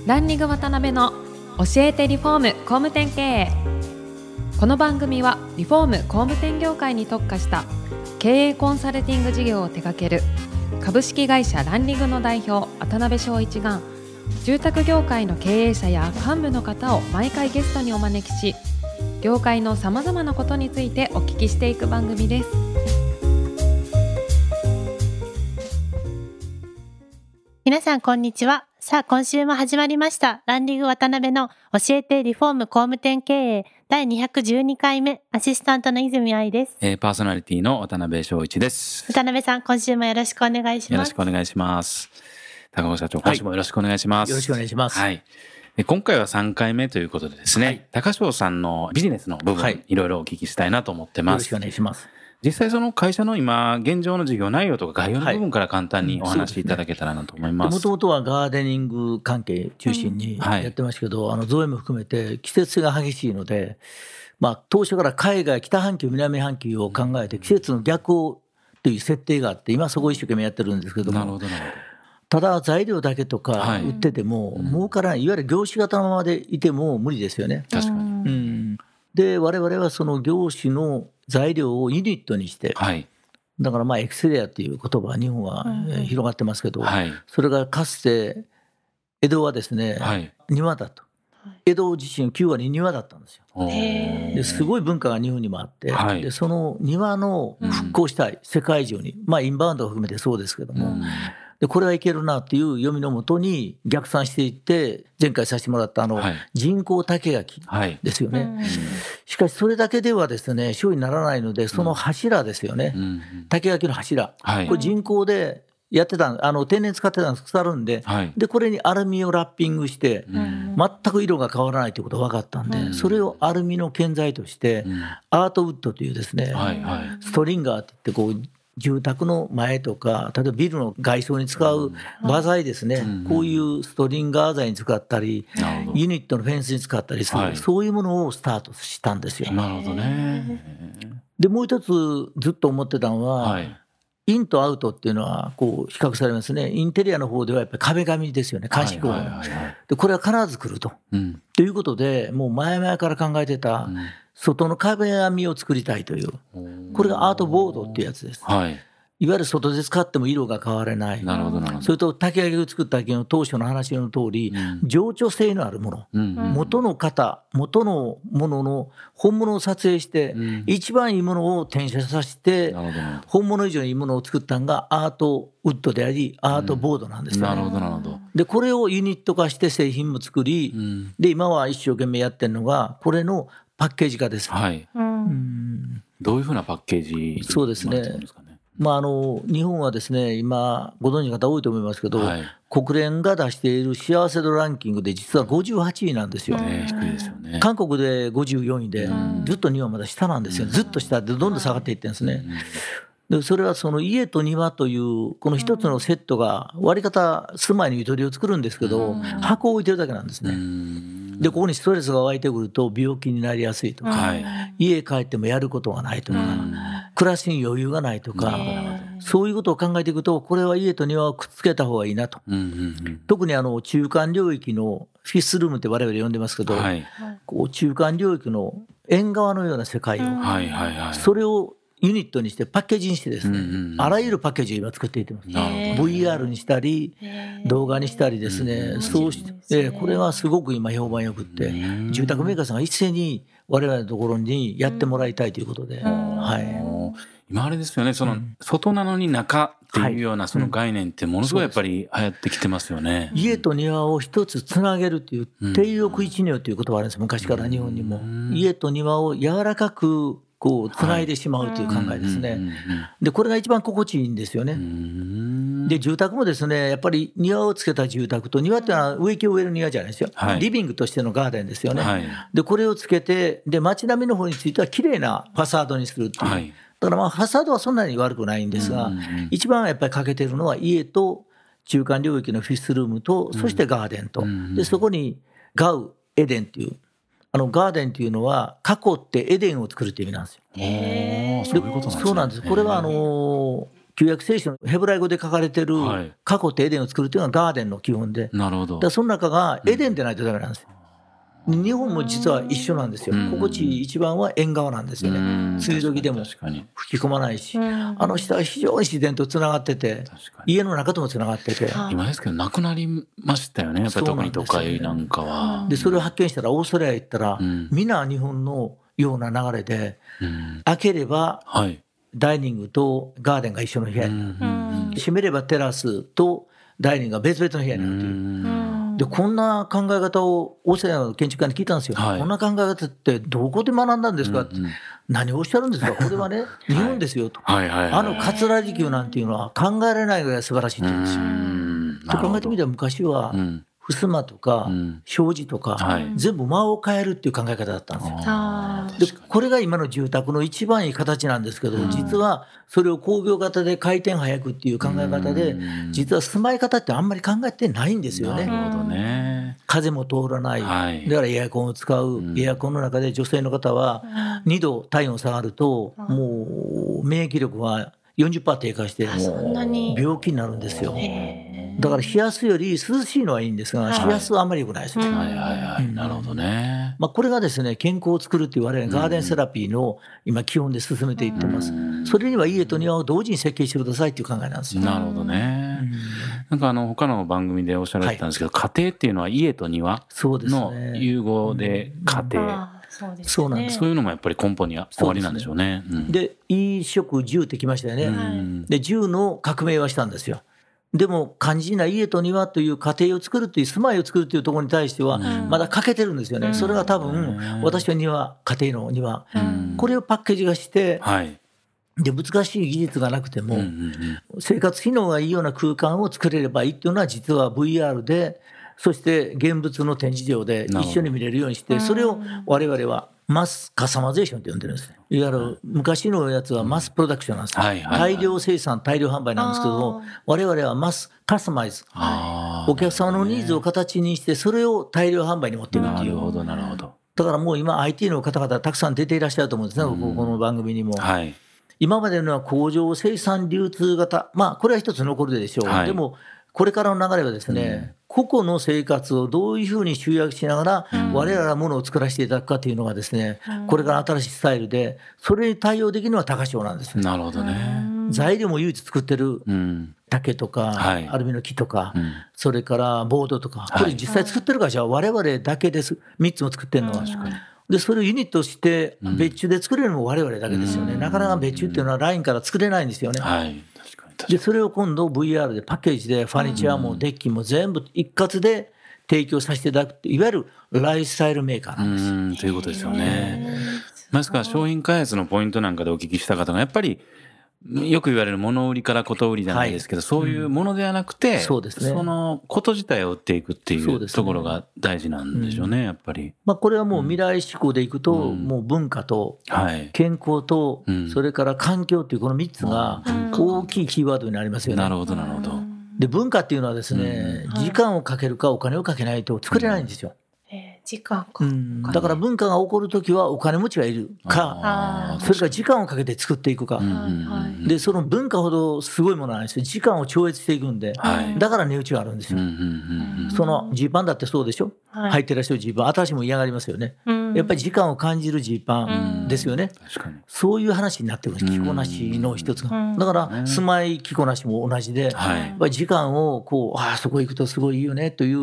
ランニング渡辺の教えてリフォーム工務店経営。この番組はリフォーム工務店業界に特化した経営コンサルティング事業を手掛ける株式会社ランリングの代表渡辺翔一が、住宅業界の経営者や幹部の方を毎回ゲストにお招きし、業界のさまざまなことについてお聞きしていく番組です。 皆さんこんにちは。さあ今週も始まりましたランリング渡辺の教えてリフォーム工務店経営第212回目、アシスタントの泉愛です。 パーソナリティの渡辺翔一です。 渡辺さん、今週もよろしくお願いします。 よろしくお願いします。高尾社長、今週もよろしくお願いします。 よろしくお願いします。 はい。今回は3回目ということでですね、はい、高翔さんのビジネスの部分、いろいろお聞きしたいなと思ってます。 よろしくお願いします。 実際その会社の今現状の事業内容とか概要の部分から簡単にお話しいただけたらなと思います。 もともとはガーデニング関係中心にやってますけど、造園も含めて季節が激しいので、当初から海外北半球南半球を考えて季節の逆をという設定があって、今そこを一生懸命やってるんですけども、 なるほどなるほど。 ただ材料だけとか売ってても、儲からない、いわゆる業種型のままでいても無理ですよね。 確かに。 で我々はその業種の材料をユニットにして、だからエクセレアっていう言葉は日本は広がってますけど、それがかつて江戸はですね、庭だと。江戸自身9割庭だったんですよ。ですごい文化が日本にもあって、でその庭の復興したい、世界中に、インバウンドを含めてそうですけども、でこれはいけるなっていう読みのもとに逆算していって、前回させてもらった人工竹垣ですよね。しかしそれだけではですね、商品にならないので、その柱ですよね、竹垣の柱、これ人工でやってた、天然使ってたんです、腐るんで、でこれにアルミをラッピングして、全く色が変わらないということが分かったんで、それをアルミの建材として、アートウッドというですね、ストリンガーっていって住宅の前とか、例えばビルの外装に使う画材ですね、こういうストリンガー材に使ったり、ユニットのフェンスに使ったりする、そういうものをスタートしたんですよ。 なるほどね。 でもう一つずっと思ってたのは、インとアウトっていうのは比較されますね。インテリアの方ではやっぱり壁紙ですよね、鑑識工法。でこれは必ず来ると、ということで、もう前々から考えてた、外の壁紙を作りたいという、これがアートボードっていうやつです。いわゆる外で使っても色が変われない。 なるほどなるほど。 それと竹垣を作った時の当初の話の通り、情緒性のあるもの、元の型、元のものの本物を撮影して、一番いいものを転写させて、本物以上にいいものを作ったのがアートウッドであり、アートボードなんですよね。 なるほどなるほど。 でこれをユニット化して製品も作り、で今は一生懸命やってるのがこれのパッケージ化です。 どういうふうなパッケージそうですね。日本はですね、今ご存知の方多いと思いますけど、国連が出している幸せ度ランキングで実は58位なんですよ。 低いですよね。 韓国で54位で、ずっと日本はまだ下なんですよ。ずっと下でどんどん下がっていってるんですね。でそれはその家と庭というこの一つのセットが、割り方住まいにゆとりを作るんですけど、箱を置いてるだけなんですね。でここにストレスが湧いてくると病気になりやすいとか、家帰ってもやることがないとか、暮らしに余裕がないとか、そういうことを考えていくと、これは家と庭をくっつけた方がいいなと。特に中間領域のフィスルームって我々呼んでますけど、中間領域の縁側のような世界を、それをユニットにしてパッケージにしてですね、あらゆるパッケージを今作っていってます。VR にしたり動画にしたりですね、そうしてこれはすごく今評判よくって、住宅メーカーさんが一斉に我々のところにやってもらいたいということで、 今あれですよね、その外なのに中っていうようなその概念ってものすごいやっぱり流行ってきてますよね。 家と庭を一つつなげるという定翼一庭という言葉があるんです。昔から日本にも家と庭を柔らかくつないでしまうという考えですね。でこれが一番心地いいんですよね。で住宅もですね、やっぱり庭をつけた住宅と、庭っていうのは植木を植える庭じゃないですよ、リビングとしてのガーデンですよね。でこれをつけて、で街並みの方については綺麗なファサードにするっていう、だからファサードはそんなに悪くないんですが、一番やっぱり欠けてるのは家と中間領域のフィスルームと、そしてガーデンと、でそこにガウエデンっていうガーデンというのは囲ってエデンを作るという意味なんですよ。 そういうことなんですね。 そうなんです。これは旧約聖書のヘブライ語で書かれてる過去ってエデンを作るというのがガーデンの基本で、 なるほど。 だからその中がエデンでないとダメなんですよ。日本も実は一緒なんですよ。心地いい一番は縁側なんですよね。梅雨時でも吹き込まないし、下は非常に自然とつながってて、家の中ともつながってて、 今ですけどなくなりましたよね、やっぱり特に都会なんかは。 でそれを発見したらオーストラリア行ったら、皆日本のような流れで、開ければダイニングとガーデンが一緒の部屋になる、閉めればテラスとダイニングが別々の部屋になるという。でこんな考え方をオーストラリアの建築家に聞いたんですよ、こんな考え方ってどこで学んだんですかって、何をおっしゃるんですか、これはね日本ですよと、桂離宮なんていうのは考えられないぐらい素晴らしいって言うんですよ。と考えてみたら昔は、襖とか障子とか、全部間を変えるっていう考え方だったんですよ。でこれが今の住宅の一番いい形なんですけど、実はそれを工業型で回転早くっていう考え方で、実は住まい方ってあんまり考えてないんですよね。 なるほどね。 風も通らない、だからエアコンを使う、エアコンの中で女性の方は2度体温下がると、もう免疫力は 40% 低下してもう病気になるんですよ。だから冷やすより涼しいのはいいんですが、冷やすはあんまり良くないですね。 なるほどね。 これがですね、健康を作るという我々ガーデンセラピーの今基本で進めていってます。それには家と庭を同時に設計してくださいという考えなんですよ。 なるほどね。なんか他の番組でおっしゃられてたんですけど、家庭っていうのは家と庭の融合で家庭。 そうなんです。 そういうのもやっぱり根本に終わりなんでしょうね。 で、衣食住ってきましたよね。で、住の革命はしたんですよ。でも肝心な家と庭という家庭を作るという住まいを作るというところに対してはまだ欠けてるんですよね。それが多分私は庭、家庭の庭、これをパッケージ化して、で難しい技術がなくても生活機能がいいような空間を作れればいいっていうのは、実は VR で、そして現物の展示場で一緒に見れるようにして、それを我々はマスカスタマゼーションって呼んでるんですね。いわゆる昔のやつはマスプロダクションなんです。大量生産大量販売なんですけども、我々はマスカスタマイズ、お客様のニーズを形にしてそれを大量販売に持っていくっていう。 なるほど。 だからもう今 IT の方々たくさん出ていらっしゃると思うんですね、この番組にも。今までのは工場生産流通型、これは一つ残るでしょう。でもこれからの流れはですね、個々の生活をどういうふうに集約しながら我々はものを作らせていただくかというのがですね、これから新しいスタイルで、それに対応できるのは高商なんです。 なるほどね。 材料も唯一作ってる竹とか、アルミの木とか、それからボードとか、これ実際作ってる会社は我々だけです。3つも作ってるのは。でそれをユニットして別注で作れるのも我々だけですよね。なかなか別注っていうのはラインから作れないんですよね。でそれを今度 VR でパッケージでファニチュアもデッキも全部一括で提供させていただくって、いわゆるライフスタイルメーカーなんです。 ということですよね。ですから商品開発のポイントなんかでお聞きした方が、やっぱりよく言われる物売りからこと売りじゃないですけど、そういうものではなくて、そのこと自体を売っていくっていうところが大事なんでしょうね、やっぱり。 これはもう未来志向でいくと、もう文化と健康と、それから環境というこの3つが大きいキーワードになりますよね。 なるほどなるほど。 で文化っていうのはですね、時間をかけるかお金をかけないと作れないんですよ。 時間か、 だから文化が起こるときはお金持ちがいるか、それから時間をかけて作っていくか、でその文化ほどすごいものなんですよ。時間を超越していくんで、だから値打ちがあるんですよ。そのジーパンだってそうでしょ、履いてらっしゃるジーパン、私も嫌がりますよね。やっぱり時間を感じるジーパンですよね。そういう話になってるんです。着こなしの一つが。だから住まい着こなしも同じで、やっぱり時間をこう、そこ行くとすごいいいよねという、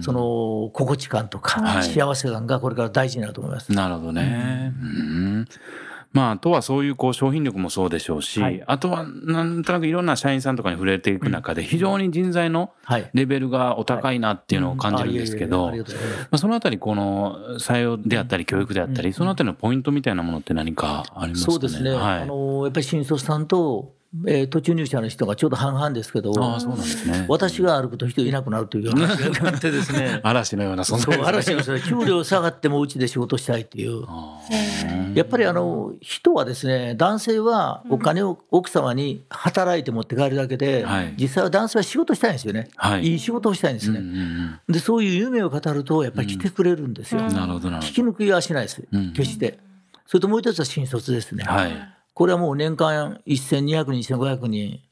その心地感とか、幸せ感がこれから大事になると思います。 なるほどね。あとはそういう商品力もそうでしょうし、あとはなんとなくいろんな社員さんとかに触れていく中で、非常に人材のレベルがお高いなっていうのを感じるんですけど、そのあたりこの採用であったり教育であったり、そのあたりのポイントみたいなものって何かありますかね。 そうですね、やっぱり新卒さんと途中入社の人がちょうど半々ですけど、 そうなんですね、 私が歩くと人いなくなるという話があってですね嵐のような存在ですね。 嵐のような、給料下がってもうちで仕事したいっていう。やっぱり人はですね、男性はお金を奥様に働いて持って帰るだけで、実際は男性は仕事したいんですよね、いい仕事をしたいんですね。でそういう夢を語るとやっぱり来てくれるんですよ。引き抜きはしないです、決して。それともう一つは新卒ですね。これはもう年間1200人、1500人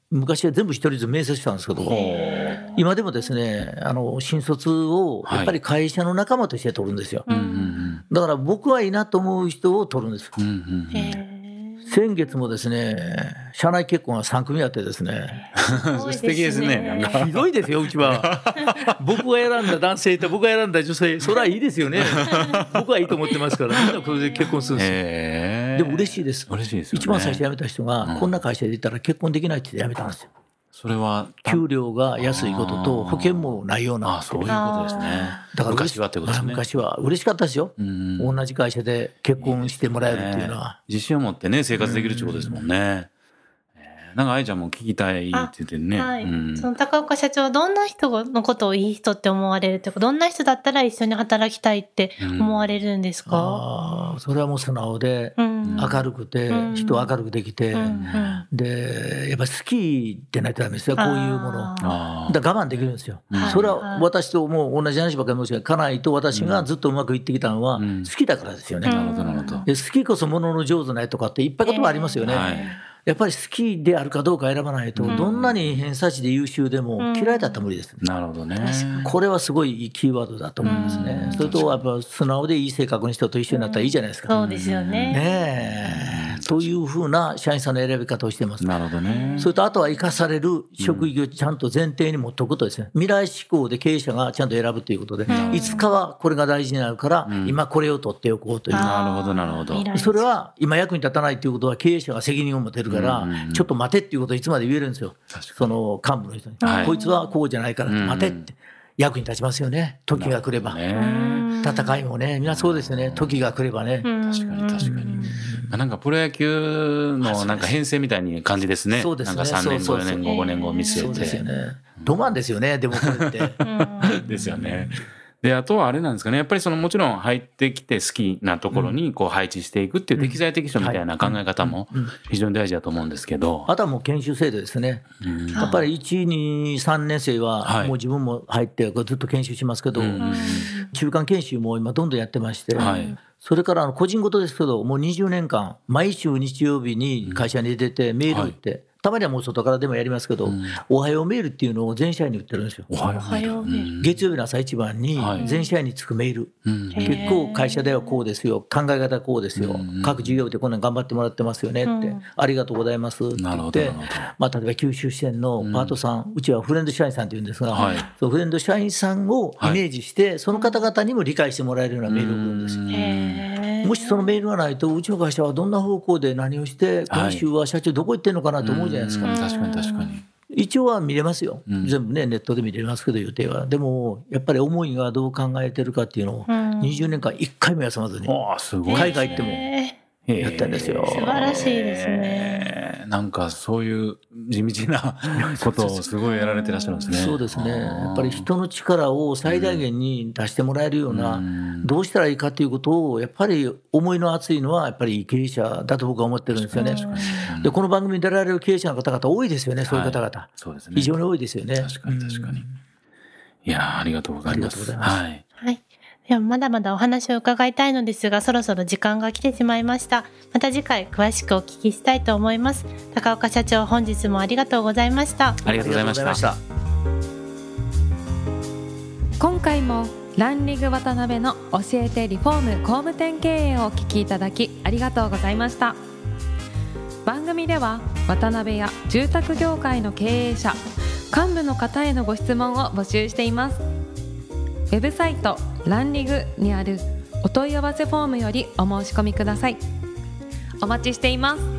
昔は全部一人ずつ面接したんですけど、今でもですね新卒をやっぱり会社の仲間として取るんですよ、だから僕はいいなと思う人を取るんです、先月もですね社内結婚が3組あってですね素敵ですね。なんかひどいですようちは僕が選んだ男性と僕が選んだ女性、それはいいですよね僕はいいと思ってますからみんなこれで結婚するんですよ、でも嬉しいです。 嬉しいですよね。 一番最初辞めた人が、こんな会社でいたら結婚できないって言って辞めたんですよ。 それは給料が安いことと保険もないような。 そういうことですね。 だから昔はってことですね。 昔は嬉しかったですよ、同じ会社で結婚してもらえるっていうのは。 自信を持ってね生活できるってことですもんね。なんか愛ちゃんも聞きたいって言ってね、 その高岡社長はどんな人のことをいい人って思われるというか、どんな人だったら一緒に働きたいって思われるんですか？ それはもう素直で、明るくて、人を明るくできて、でやっぱり好きでないとダメですよ、こういうもの。だから我慢できるんですよ、それは私ともう同じ話ばっかり申し訳ない。家内と私がずっとうまくいってきたのは好きだからですよね、で好きこそものの上手ないとかっていっぱい言葉ありますよね、やっぱり好きであるかどうか選ばないと、どんなに偏差値で優秀でも嫌いだったら無理です、 なるほどね。 これはすごいキーワードだと思いますね、それとやっぱ素直でいい性格の人と一緒になったらいいじゃないですか、 そうですよね。 というふうな社員さんの選び方をしてます。 なるほどね。 それとあとは生かされる職業をちゃんと前提に持っておくことですね、未来志向で経営者がちゃんと選ぶということで、いつかはこれが大事になるから、今これを取っておこうという。 なるほどなるほど。 それは今役に立たないということは経営者が責任を持てるから、ちょっと待てっていうことをいつまで言えるんですよ、その幹部の人に、こいつはこうじゃないから待てって、役に立ちますよね、時が来れば。戦いもね、みんなそうですよね、時が来ればね。 確かに確かに。なんかプロ野球のなんか編成みたいに感じですね。 そうですね。 なんか3年後4年後5年後を見据えて。 そうですよね。ロマンですよね、でもこれって。 ですよね。であとはあれなんですかね、やっぱりそのもちろん入ってきて好きなところにこう配置していくっていう適材適所みたいな考え方も非常に大事だと思うんですけど、 あとはもう研修制度ですね、やっぱり1、2、3年生はもう自分も入ってずっと研修しますけど、中間研修も今どんどんやってまして、それから個人事ですけどもう20年間毎週日曜日に会社に出てメール打って、たまにはもう外からでもやりますけど、おはようメールっていうのを全社員に売ってるんですよ。 おはようメール、 月曜日の朝一番に全社員につくメール、結構会社ではこうですよ、考え方はこうですよ、各事業部でこんなに頑張ってもらってますよねって、ありがとうございますって言って、例えば九州支店のパートさん、うちはフレンド社員さんっていうんですが、そのフレンド社員さんをイメージして、その方々にも理解してもらえるようなメールを送るんですよ。もしそのメールがないと、うちの会社はどんな方向で何をして、今週は社長どこ行ってんのかなと思うじゃないですか。 確かに確かに。 一応は見れますよ、全部ね、ネットで見れますけど予定は。でもやっぱり思いがどう考えてるかっていうのを20年間1回も休まずに海外行ってもやったんですよ。 素晴らしいですね。 なんかそういう地道なことをすごいやられてらっしゃるんですね。 そうですね。やっぱり人の力を最大限に出してもらえるような、どうしたらいいかということをやっぱり思いの熱いのはやっぱり経営者だと僕は思ってるんですよね。でこの番組に出られる経営者の方々多いですよね、そういう方々、 そうですね、 非常に多いですよね。 確かに確かに。いやありがとうございます。 はい。ではまだまだお話を伺いたいのですが、そろそろ時間が来てしまいました。また次回詳しくお聞きしたいと思います。高岡社長、本日もありがとうございました。 ありがとうございました。 今回もランリング渡辺の教えてリフォーム工務店経営をお聞きいただきありがとうございました。番組では渡辺や住宅業界の経営者、幹部の方へのご質問を募集しています。ウェブサイトランリグにあるお問い合わせフォームよりお申し込みください。お待ちしています。